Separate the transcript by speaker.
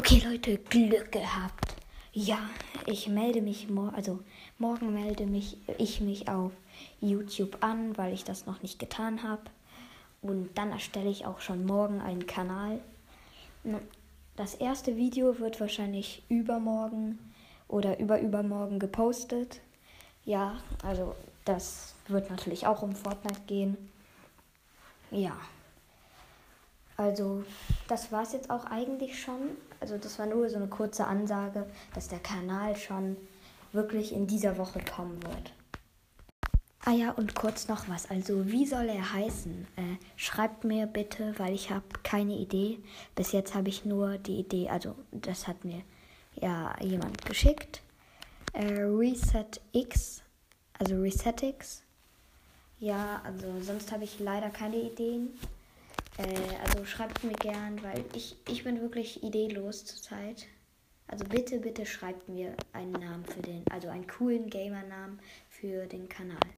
Speaker 1: Okay, Leute, Glück gehabt. Ja, ich melde mich morgen ich mich auf YouTube an, weil ich das noch nicht getan habe. Und dann erstelle ich auch schon morgen einen Kanal. Das erste Video wird wahrscheinlich übermorgen oder übermorgen gepostet. Ja, also das wird natürlich auch um Fortnite gehen. Ja. Also, das war es jetzt auch eigentlich schon. Also, das war nur so eine kurze Ansage, dass der Kanal schon wirklich in dieser Woche kommen wird. Ah ja, und kurz noch was. Also, wie soll er heißen? Schreibt mir bitte, weil ich habe keine Idee. Bis jetzt habe ich nur die Idee, also das hat mir ja jemand geschickt. ResetX, also ResetX. Ja, also sonst habe ich leider keine Ideen. Also schreibt mir gern, weil ich bin wirklich ideelos zurzeit. Also bitte schreibt mir einen Namen also einen coolen Gamer-Namen für den Kanal.